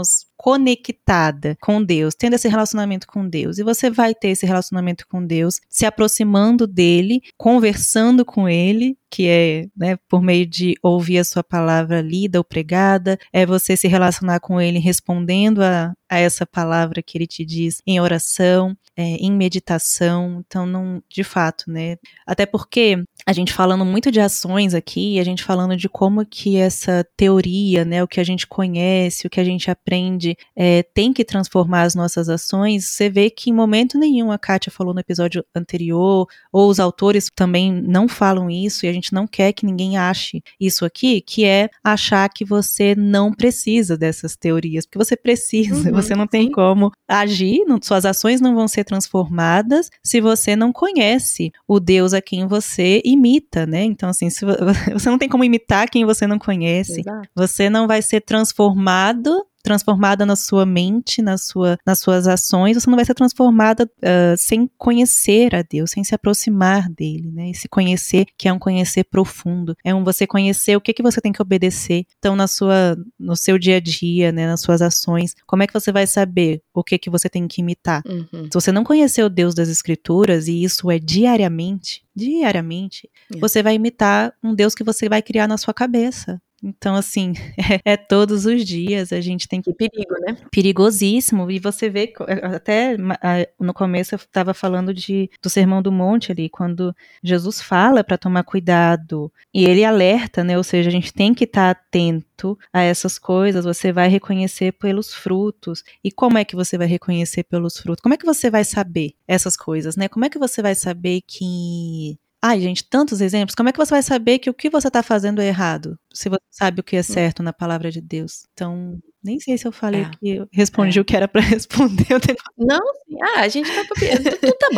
conectada com Deus, tendo esse relacionamento com Deus. E você vai ter esse relacionamento com Deus, se aproximando dele, conversando com ele, que é, né, por meio de ouvir a sua palavra lida ou pregada, é você se relacionar com ele respondendo a, a essa palavra que ele te diz em oração, é, em meditação. Então, não, de fato, né, até porque a gente falando muito de ações aqui, a gente falando de como que essa teoria, né, o que a gente conhece, o que a gente aprende, é, tem que transformar as nossas ações. Você vê que em momento nenhum, a Kátia falou no episódio anterior, ou os autores também não falam isso, e a gente não quer que ninguém ache isso aqui, que é achar que você não precisa dessas teorias, porque você precisa, uhum, você não tem sim. como agir, não, suas ações não vão ser transformadas se você não conhece o Deus a quem você imita, né? Então, assim, se você não tem como imitar quem você não conhece, exato. Você não vai ser transformado transformada na sua mente, na sua, nas suas ações, você não vai ser transformada uh, sem conhecer a Deus, sem se aproximar dele, né? E se conhecer, que é um conhecer profundo, é um você conhecer o que, que você tem que obedecer. Então, na sua, no seu dia a dia, né, nas suas ações, como é que você vai saber o que, que você tem que imitar? Uhum. Se você não conhecer o Deus das Escrituras, e isso é diariamente, diariamente, é. Você vai imitar um Deus que você vai criar na sua cabeça. Então, assim, é, é todos os dias, a gente tem que... Que perigo, né? Perigosíssimo, e você vê, até no começo eu estava falando de, do Sermão do Monte ali, quando Jesus fala para tomar cuidado, e ele alerta, né, ou seja, a gente tem que estar atento a essas coisas, você vai reconhecer pelos frutos. E como é que você vai reconhecer pelos frutos? Como é que você vai saber essas coisas, né? Como é que você vai saber que... Ai, gente, tantos exemplos. Como é que você vai saber que o que você está fazendo é errado? Se você sabe o que é certo na palavra de Deus. Então, nem sei se eu falei é. que eu respondi é. o que era para responder. Eu tenho... Não, ah, a gente tá... Tudo tá bom.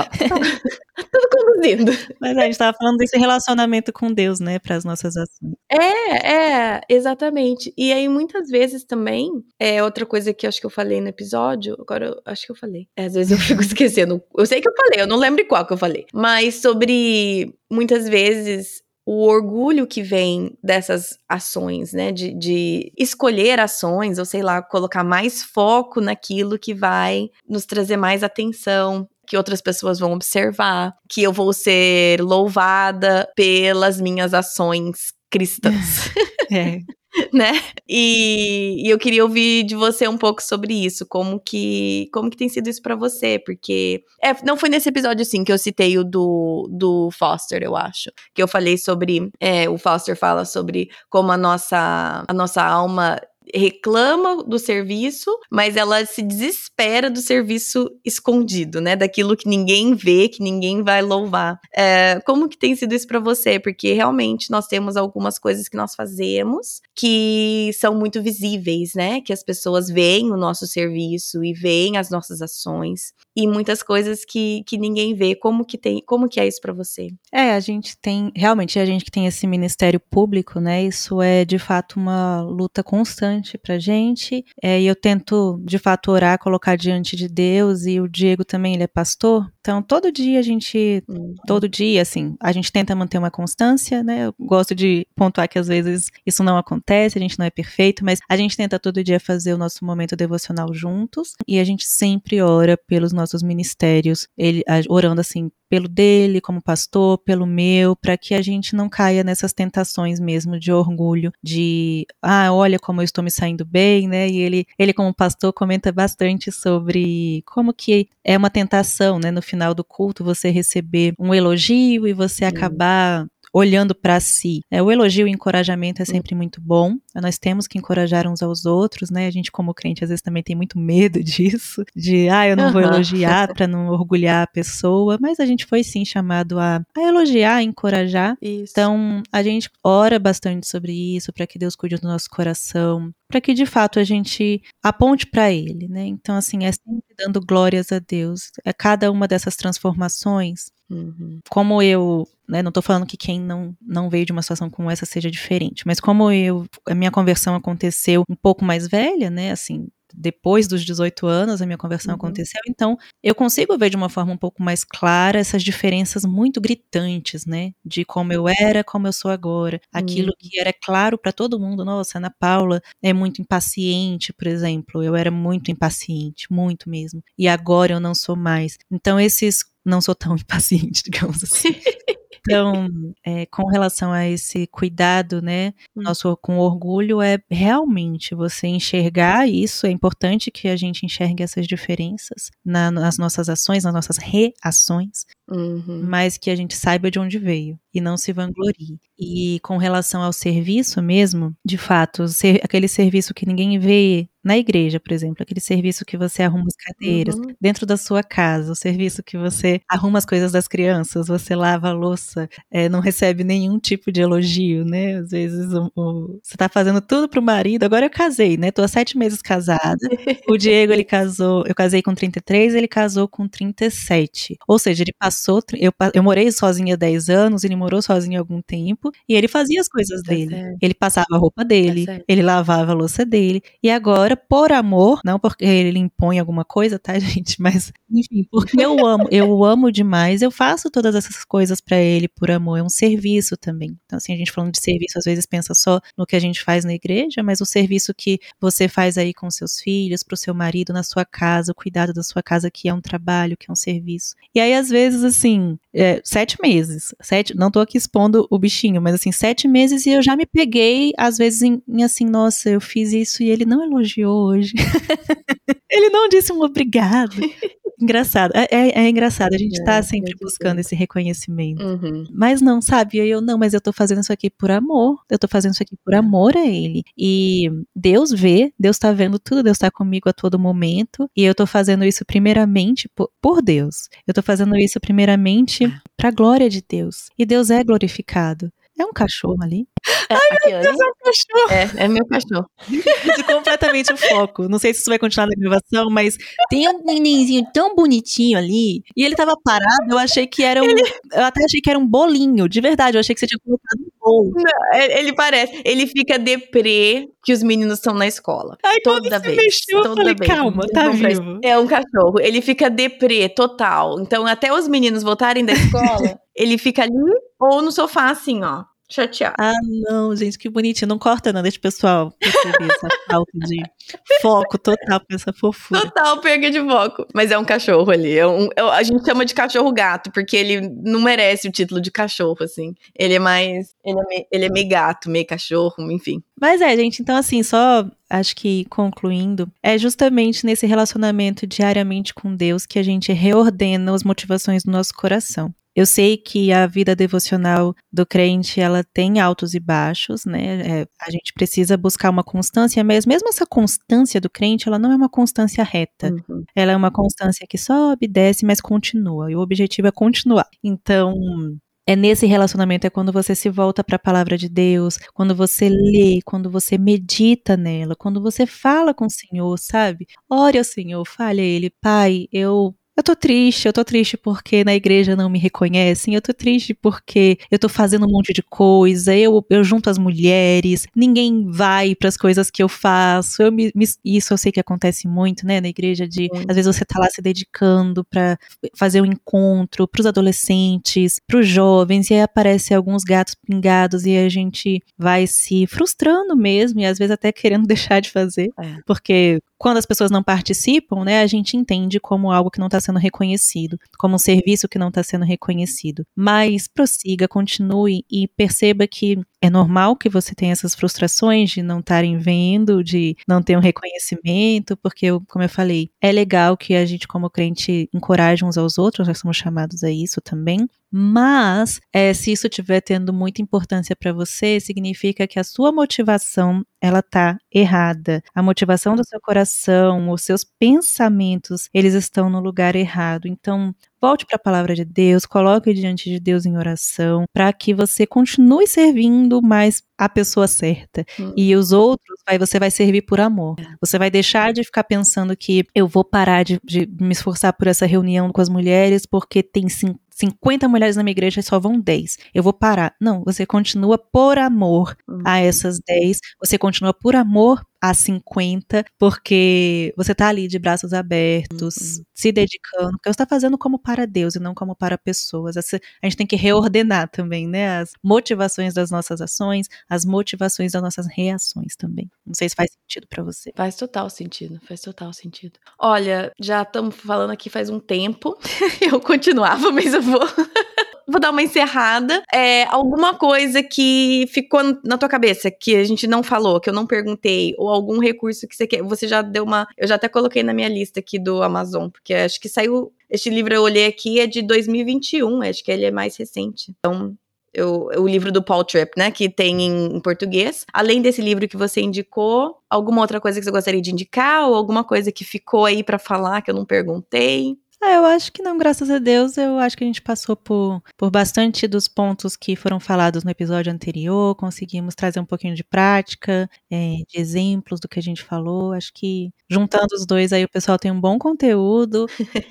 Tá tudo conduzindo. Mas a gente tava falando desse relacionamento com Deus, né? Para as nossas ações. É, é, exatamente. E aí, muitas vezes também, é outra coisa que eu acho que eu falei no episódio, agora eu acho que eu falei. É, às vezes eu fico esquecendo. Eu sei que eu falei, eu não lembro qual que eu falei. Mas sobre, muitas vezes... o orgulho que vem dessas ações, né, de, de escolher ações, ou sei lá, colocar mais foco naquilo que vai nos trazer mais atenção, que outras pessoas vão observar, que eu vou ser louvada pelas minhas ações cristãs. É. Né? E, e eu queria ouvir de você um pouco sobre isso, como que, como que tem sido isso pra você, porque é, não foi nesse episódio assim que eu citei o do, do Foster, eu acho, que eu falei sobre, é, o Foster fala sobre como a nossa, a nossa alma reclama do serviço, mas ela se desespera do serviço escondido, né? Daquilo que ninguém vê, que ninguém vai louvar. É, como que tem sido isso pra você? Porque realmente nós temos algumas coisas que nós fazemos que são muito visíveis, né? Que as pessoas veem o nosso serviço e veem as nossas ações. E muitas coisas que, que ninguém vê. Como que, tem, como que é isso pra você? É, a gente tem, realmente, a gente que tem esse ministério público, né? Isso é, de fato, uma luta constante pra gente, é, e eu tento de fato orar, colocar diante de Deus, e o Diego também, ele é pastor, então todo dia a gente, uhum. todo dia assim, a gente tenta manter uma constância, né, eu gosto de pontuar que às vezes isso não acontece, a gente não é perfeito, mas a gente tenta todo dia fazer o nosso momento devocional juntos, e a gente sempre ora pelos nossos ministérios, ele, orando assim, pelo dele, como pastor, pelo meu, para que a gente não caia nessas tentações mesmo de orgulho, de, ah, olha como eu estou me saindo bem, né, e ele, ele como pastor comenta bastante sobre como que é uma tentação, né, no final do culto você receber um elogio e você Sim. acabar olhando para si. É, o elogio e o encorajamento é sempre muito bom. Nós temos que encorajar uns aos outros, né? A gente, como crente, às vezes também tem muito medo disso, de, ah, eu não uhum. vou elogiar para não orgulhar a pessoa, mas a gente foi sim chamado a, a elogiar, a encorajar. Isso. Então, a gente ora bastante sobre isso, para que Deus cuide do nosso coração, para que de fato a gente aponte para Ele, né? Então, assim, é sempre dando glórias a Deus. É cada uma dessas transformações. Uhum. Como eu, né, não tô falando que quem não, não veio de uma situação como essa seja diferente, mas como eu, a minha conversão aconteceu um pouco mais velha, né, assim, depois dos dezoito anos, a minha conversão uhum. aconteceu, então eu consigo ver de uma forma um pouco mais clara essas diferenças muito gritantes, né, de como eu era, como eu sou agora, aquilo uhum. que era claro para todo mundo, nossa, Ana Paula é muito impaciente, por exemplo, eu era muito impaciente, muito mesmo, e agora eu não sou mais, então esses, não sou tão impaciente, digamos assim. Então, é, com relação a esse cuidado, né, nosso com orgulho, é realmente você enxergar isso, é importante que a gente enxergue essas diferenças na, nas nossas ações, nas nossas reações, uhum. mas que a gente saiba de onde veio e não se vanglorie. E com relação ao serviço mesmo, de fato, ser, aquele serviço que ninguém vê na igreja, por exemplo, aquele serviço que você arruma as cadeiras, uhum. dentro da sua casa, o serviço que você arruma as coisas das crianças, você lava a louça, é, não recebe nenhum tipo de elogio, né? Às vezes o, o, você tá fazendo tudo pro marido, agora eu casei, né? Tô há sete meses casada, o Diego, ele casou, eu casei com trinta e três, ele casou com trinta e sete, ou seja, ele passou, eu, eu morei sozinha há dez anos, ele morou sozinho há algum tempo, e ele fazia as coisas tá dele, certo. Ele passava a roupa dele, tá ele lavava a louça dele, e agora, por amor, não porque ele impõe alguma coisa, tá, gente? Mas, enfim, porque eu amo, eu o amo demais, eu faço todas essas coisas pra ele por amor, é um serviço também. Então, assim, a gente falando de serviço, às vezes pensa só no que a gente faz na igreja, mas o serviço que você faz aí com seus filhos, pro seu marido, na sua casa, o cuidado da sua casa, que é um trabalho, que é um serviço. E aí, às vezes, assim, é, sete meses, sete, não tô aqui expondo o bichinho, mas assim, sete meses e eu já me peguei, às vezes, em, em assim, nossa, eu fiz isso e ele não elogiou hoje. Ele não disse um obrigado. Engraçado, é, é, é engraçado, a gente é, tá sempre é buscando esse reconhecimento, uhum. mas não, sabe, eu não, mas eu tô fazendo isso aqui por amor, eu tô fazendo isso aqui por amor a ele, e Deus vê, Deus tá vendo tudo, Deus tá comigo a todo momento, e eu tô fazendo isso primeiramente por, por Deus, eu tô fazendo isso primeiramente pra glória de Deus, e Deus é glorificado. É um cachorro ali. É, ai, meu Deus, é um cachorro. É, é meu cachorro. Completamente o foco. Não sei se isso vai continuar na gravação, mas tem um nenenzinho tão bonitinho ali, e ele tava parado, eu achei que era um... Ele... Eu até achei que era um bolinho, de verdade, eu achei que você tinha colocado um bolo. Não, ele parece, ele fica deprê que os meninos estão na escola. Ai, toda quando vez. Você mexeu, toda eu falei, vez. Calma, tá vivo. É um cachorro, ele fica deprê total. Então, até os meninos voltarem da escola, ele fica ali ou no sofá, assim, ó. Chateado. Ah, não, gente, que bonitinho. Não corta, não, deixa o pessoal perceber essa falta de foco total pra essa fofura. Total perda de foco. Mas é um cachorro ali. É um, é, a gente chama de cachorro gato, porque ele não merece o título de cachorro, assim. Ele é mais. Ele é meio, ele é meio gato, meio cachorro, enfim. Mas é, gente, então assim, só acho que concluindo, é justamente nesse relacionamento diariamente com Deus que a gente reordena as motivações do nosso coração. Eu sei que a vida devocional do crente, ela tem altos e baixos, né? É, a gente precisa buscar uma constância, mas mesmo essa constância do crente, ela não é uma constância reta. Uhum. Ela é uma constância que sobe, desce, mas continua. E o objetivo é continuar. Então... É nesse relacionamento, é quando você se volta para a palavra de Deus, quando você lê, quando você medita nela, quando você fala com o Senhor, sabe? Ore ao Senhor, fale a Ele, Pai, eu... Eu tô triste, eu tô triste porque na igreja não me reconhecem, eu tô triste porque eu tô fazendo um monte de coisa, eu, eu junto as mulheres, ninguém vai pras coisas que eu faço, eu me, me, isso eu sei que acontece muito, né, na igreja, de às vezes você tá lá se dedicando pra fazer um encontro pros adolescentes, pros jovens, e aí aparecem alguns gatos pingados e a gente vai se frustrando mesmo, e às vezes até querendo deixar de fazer, é. Porque quando as pessoas não participam, né, a gente entende como algo que não está sendo reconhecido, como um serviço que não está sendo reconhecido. Mas prossiga, continue e perceba que é normal que você tenha essas frustrações de não estarem vendo, de não ter um reconhecimento, porque, como eu falei, é legal que a gente, como crente, encoraje uns aos outros, nós somos chamados a isso também, mas é, se isso estiver tendo muita importância para você, significa que a sua motivação, ela tá errada. A motivação do seu coração, os seus pensamentos, eles estão no lugar errado. Então, volte para a palavra de Deus, coloque diante de Deus em oração, para que você continue servindo, mas a pessoa certa. Hum. E os outros, vai, você vai servir por amor. Você vai deixar de ficar pensando que eu vou parar de, de me esforçar por essa reunião com as mulheres, porque tem cinco cinquenta mulheres na minha igreja e só vão dez. Eu vou parar. Não, você continua por amor hum. a essas dez. Você continua por amor a cinquenta, porque você tá ali de braços abertos, uhum. se dedicando, porque você tá fazendo como para Deus e não como para pessoas. Essa, a gente tem que reordenar também, né, as motivações das nossas ações, as motivações das nossas reações também. Não sei se faz sentido pra você. Faz total sentido, faz total sentido. Olha, já estamos falando aqui faz um tempo, eu continuava, mas eu vou... Vou dar uma encerrada. É, alguma coisa que ficou na tua cabeça, que a gente não falou, que eu não perguntei, ou algum recurso que você quer. Você já deu uma... Eu já até coloquei na minha lista aqui do Amazon, porque acho que saiu... Este livro eu olhei aqui, é de dois mil e vinte e um, acho que ele é mais recente. Então, eu, o livro do Paul Tripp, né, que tem em, em português. Além desse livro que você indicou, alguma outra coisa que você gostaria de indicar, ou alguma coisa que ficou aí pra falar que eu não perguntei? Ah, eu acho que não, graças a Deus, eu acho que a gente passou por, por bastante dos pontos que foram falados no episódio anterior, conseguimos trazer um pouquinho de prática, é, de exemplos do que a gente falou. Acho que juntando os dois aí o pessoal tem um bom conteúdo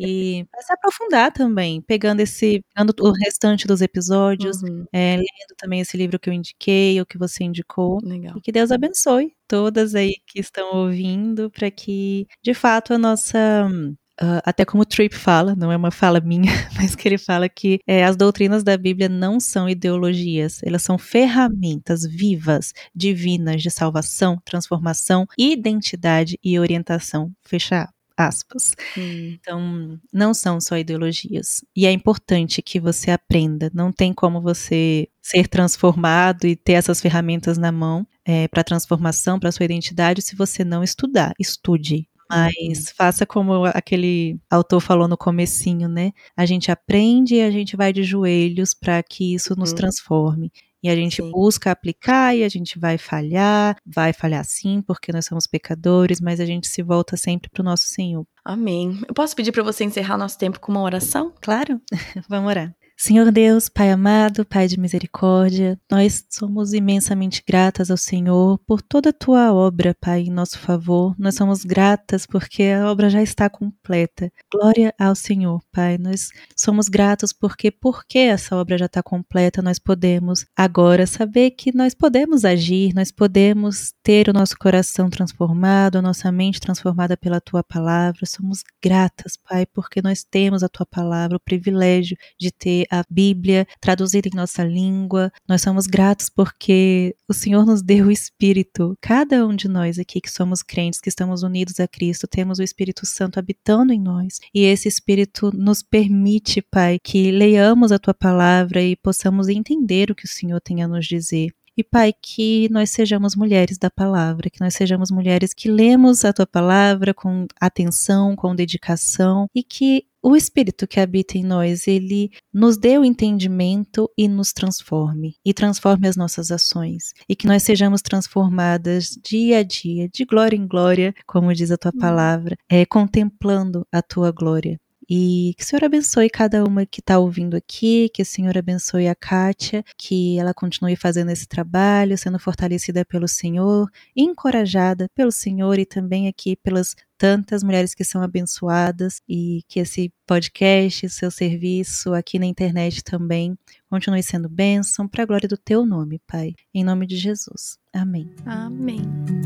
e vai se aprofundar também, pegando esse, pegando o restante dos episódios, uhum. é, lendo também esse livro que eu indiquei, o que você indicou. Legal. E que Deus abençoe todas aí que estão ouvindo, para que, de fato, a nossa... Uh, até como o Tripp fala, não é uma fala minha, mas que ele fala que é, as doutrinas da Bíblia não são ideologias, elas são ferramentas vivas, divinas de salvação, transformação, identidade e orientação. Fecha aspas. Hum. Então, não são só ideologias. E é importante que você aprenda. Não tem como você ser transformado e ter essas ferramentas na mão é, para transformação, para sua identidade, se você não estudar. Estude. Mas faça como aquele autor falou no comecinho, né? A gente aprende e a gente vai de joelhos para que isso nos transforme. E a gente sim. busca aplicar e a gente vai falhar, vai falhar sim, porque nós somos pecadores, mas a gente se volta sempre para o nosso Senhor. Amém. Eu posso pedir para você encerrar nosso tempo com uma oração? Claro, vamos orar. Senhor Deus, Pai amado, Pai de misericórdia, nós somos imensamente gratas ao Senhor por toda a Tua obra, Pai, em nosso favor. Nós somos gratas porque a obra já está completa. Glória ao Senhor, Pai. Nós somos gratos porque, porque essa obra já está completa, nós podemos agora saber que nós podemos agir, nós podemos ter o nosso coração transformado, a nossa mente transformada pela Tua palavra. Somos gratas, Pai, porque nós temos a Tua palavra, o privilégio de ter a Bíblia traduzida em nossa língua. Nós somos gratos porque o Senhor nos deu o Espírito. Cada um de nós aqui que somos crentes, que estamos unidos a Cristo, temos o Espírito Santo habitando em nós. E esse Espírito nos permite, Pai, que leiamos a Tua palavra e possamos entender o que o Senhor tem a nos dizer. E, Pai, que nós sejamos mulheres da palavra, que nós sejamos mulheres que lemos a Tua palavra com atenção, com dedicação, e que o Espírito que habita em nós, ele nos dê o entendimento e nos transforme, e transforme as nossas ações, e que nós sejamos transformadas dia a dia, de glória em glória, como diz a Tua palavra, é, contemplando a Tua glória. E que o Senhor abençoe cada uma que está ouvindo aqui, que o Senhor abençoe a Kátia, que ela continue fazendo esse trabalho, sendo fortalecida pelo Senhor, encorajada pelo Senhor e também aqui pelas tantas mulheres que são abençoadas, e que esse podcast, seu serviço aqui na internet também continue sendo bênção para a glória do Teu nome, Pai. Em nome de Jesus. Amém. Amém.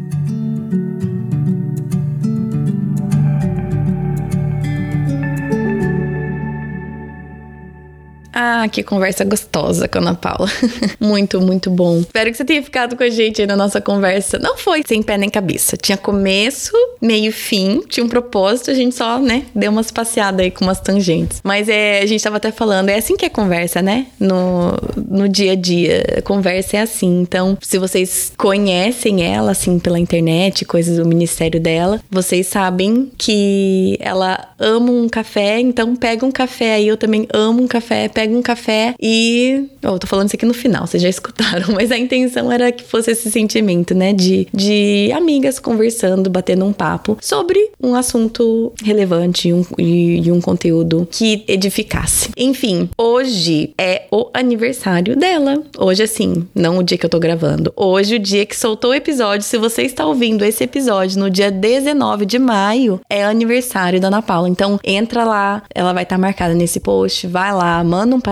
Ah, que conversa gostosa com a Ana Paula. Muito, muito bom. Espero que você tenha ficado com a gente aí na nossa conversa. Não foi sem pé nem cabeça. Tinha começo, meio e fim. Tinha um propósito. A gente só, né, deu umas passeadas aí com umas tangentes. Mas é, a gente tava até falando, é assim que é conversa, né? No, no dia a dia. A conversa é assim. Então, se vocês conhecem ela, assim, pela internet, coisas do ministério dela, vocês sabem que ela ama um café. Então, pega um café aí. Eu também amo um café. Pega um café e... Oh, eu tô falando isso aqui no final, vocês já escutaram, mas a intenção era que fosse esse sentimento, né, de, de amigas conversando, batendo um papo sobre um assunto relevante e um, e, e um conteúdo que edificasse. Enfim, hoje é o aniversário dela. Hoje, assim, não o dia que eu tô gravando. Hoje, o dia que soltou o episódio. Se você está ouvindo esse episódio no dia dezenove de maio, é aniversário da Ana Paula. Então, entra lá, ela vai estar marcada nesse post, vai lá, manda um parabéns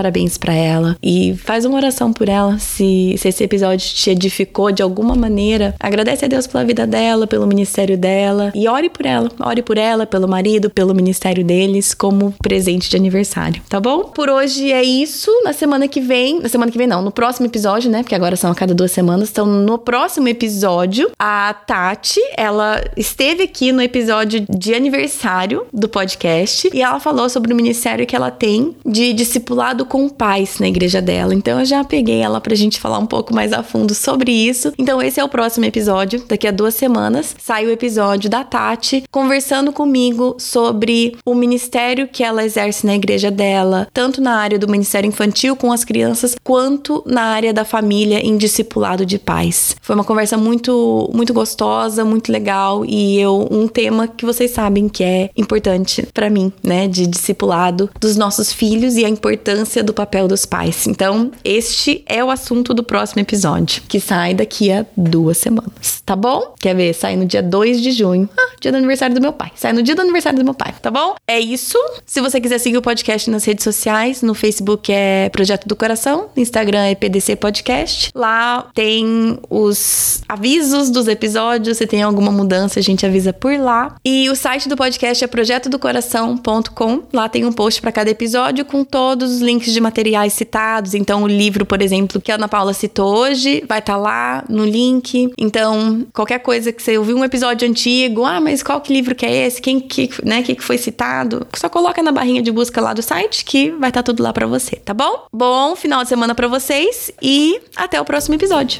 parabéns pra ela e faz uma oração por ela. Se, se esse episódio te edificou de alguma maneira, agradece a Deus pela vida dela, pelo ministério dela e ore por ela. Ore por ela, pelo marido, pelo ministério deles, como presente de aniversário, tá bom? Por hoje é isso. Na semana que vem, na semana que vem não, no próximo episódio, né? Porque agora são a cada duas semanas. Então, no próximo episódio, a Tati, ela esteve aqui no episódio de aniversário do podcast e ela falou sobre o ministério que ela tem de discipulado com pais na igreja dela. Então, eu já peguei ela pra gente falar um pouco mais a fundo sobre isso. Então, esse é o próximo episódio. Daqui a duas semanas sai o episódio da Tati conversando comigo sobre o ministério que ela exerce na igreja dela, tanto na área do ministério infantil com as crianças, quanto na área da família em discipulado de pais. Foi uma conversa muito, muito gostosa, muito legal e eu, um tema que vocês sabem que é importante pra mim, né, de discipulado dos nossos filhos e a importância do papel dos pais. Então, este é o assunto do próximo episódio, que sai daqui a duas semanas, tá bom? Quer ver? Sai no dia dois de junho. Ah, dia do aniversário do meu pai. Sai no dia do aniversário do meu pai, tá bom? É isso. Se você quiser seguir o podcast nas redes sociais, no Facebook é Projeto do Coração, no Instagram é P D C Podcast. Lá tem os avisos dos episódios, se tem alguma mudança a gente avisa por lá. E o site do podcast é projeto do coração ponto com. Lá tem um post para cada episódio com todos os links de materiais citados. Então o livro, por exemplo, que a Ana Paula citou hoje, vai estar tá lá no link. Então qualquer coisa que você ouviu um episódio antigo, ah, mas qual que livro que é esse? Quem que, né, que foi citado? Só coloca na barrinha de busca lá do site que vai estar tá tudo lá para você, tá bom? Bom final de semana para vocês e até o próximo episódio.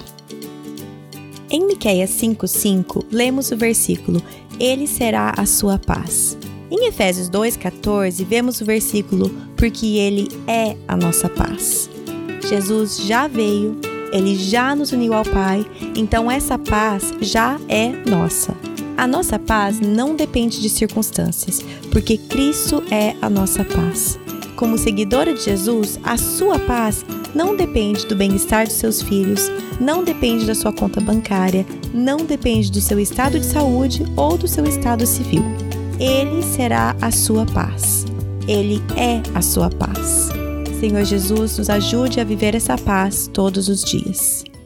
Em Miqueias cinco, cinco, lemos o versículo Ele será a sua paz. Em Efésios dois, catorze, vemos o versículo Porque Ele é a nossa paz. Jesus já veio, Ele já nos uniu ao Pai, então essa paz já é nossa. A nossa paz não depende de circunstâncias, porque Cristo é a nossa paz. Como seguidora de Jesus, a sua paz não depende do bem-estar dos seus filhos, não depende da sua conta bancária, não depende do seu estado de saúde ou do seu estado civil. Ele será a sua paz. Ele é a sua paz. Senhor Jesus, nos ajude a viver essa paz todos os dias.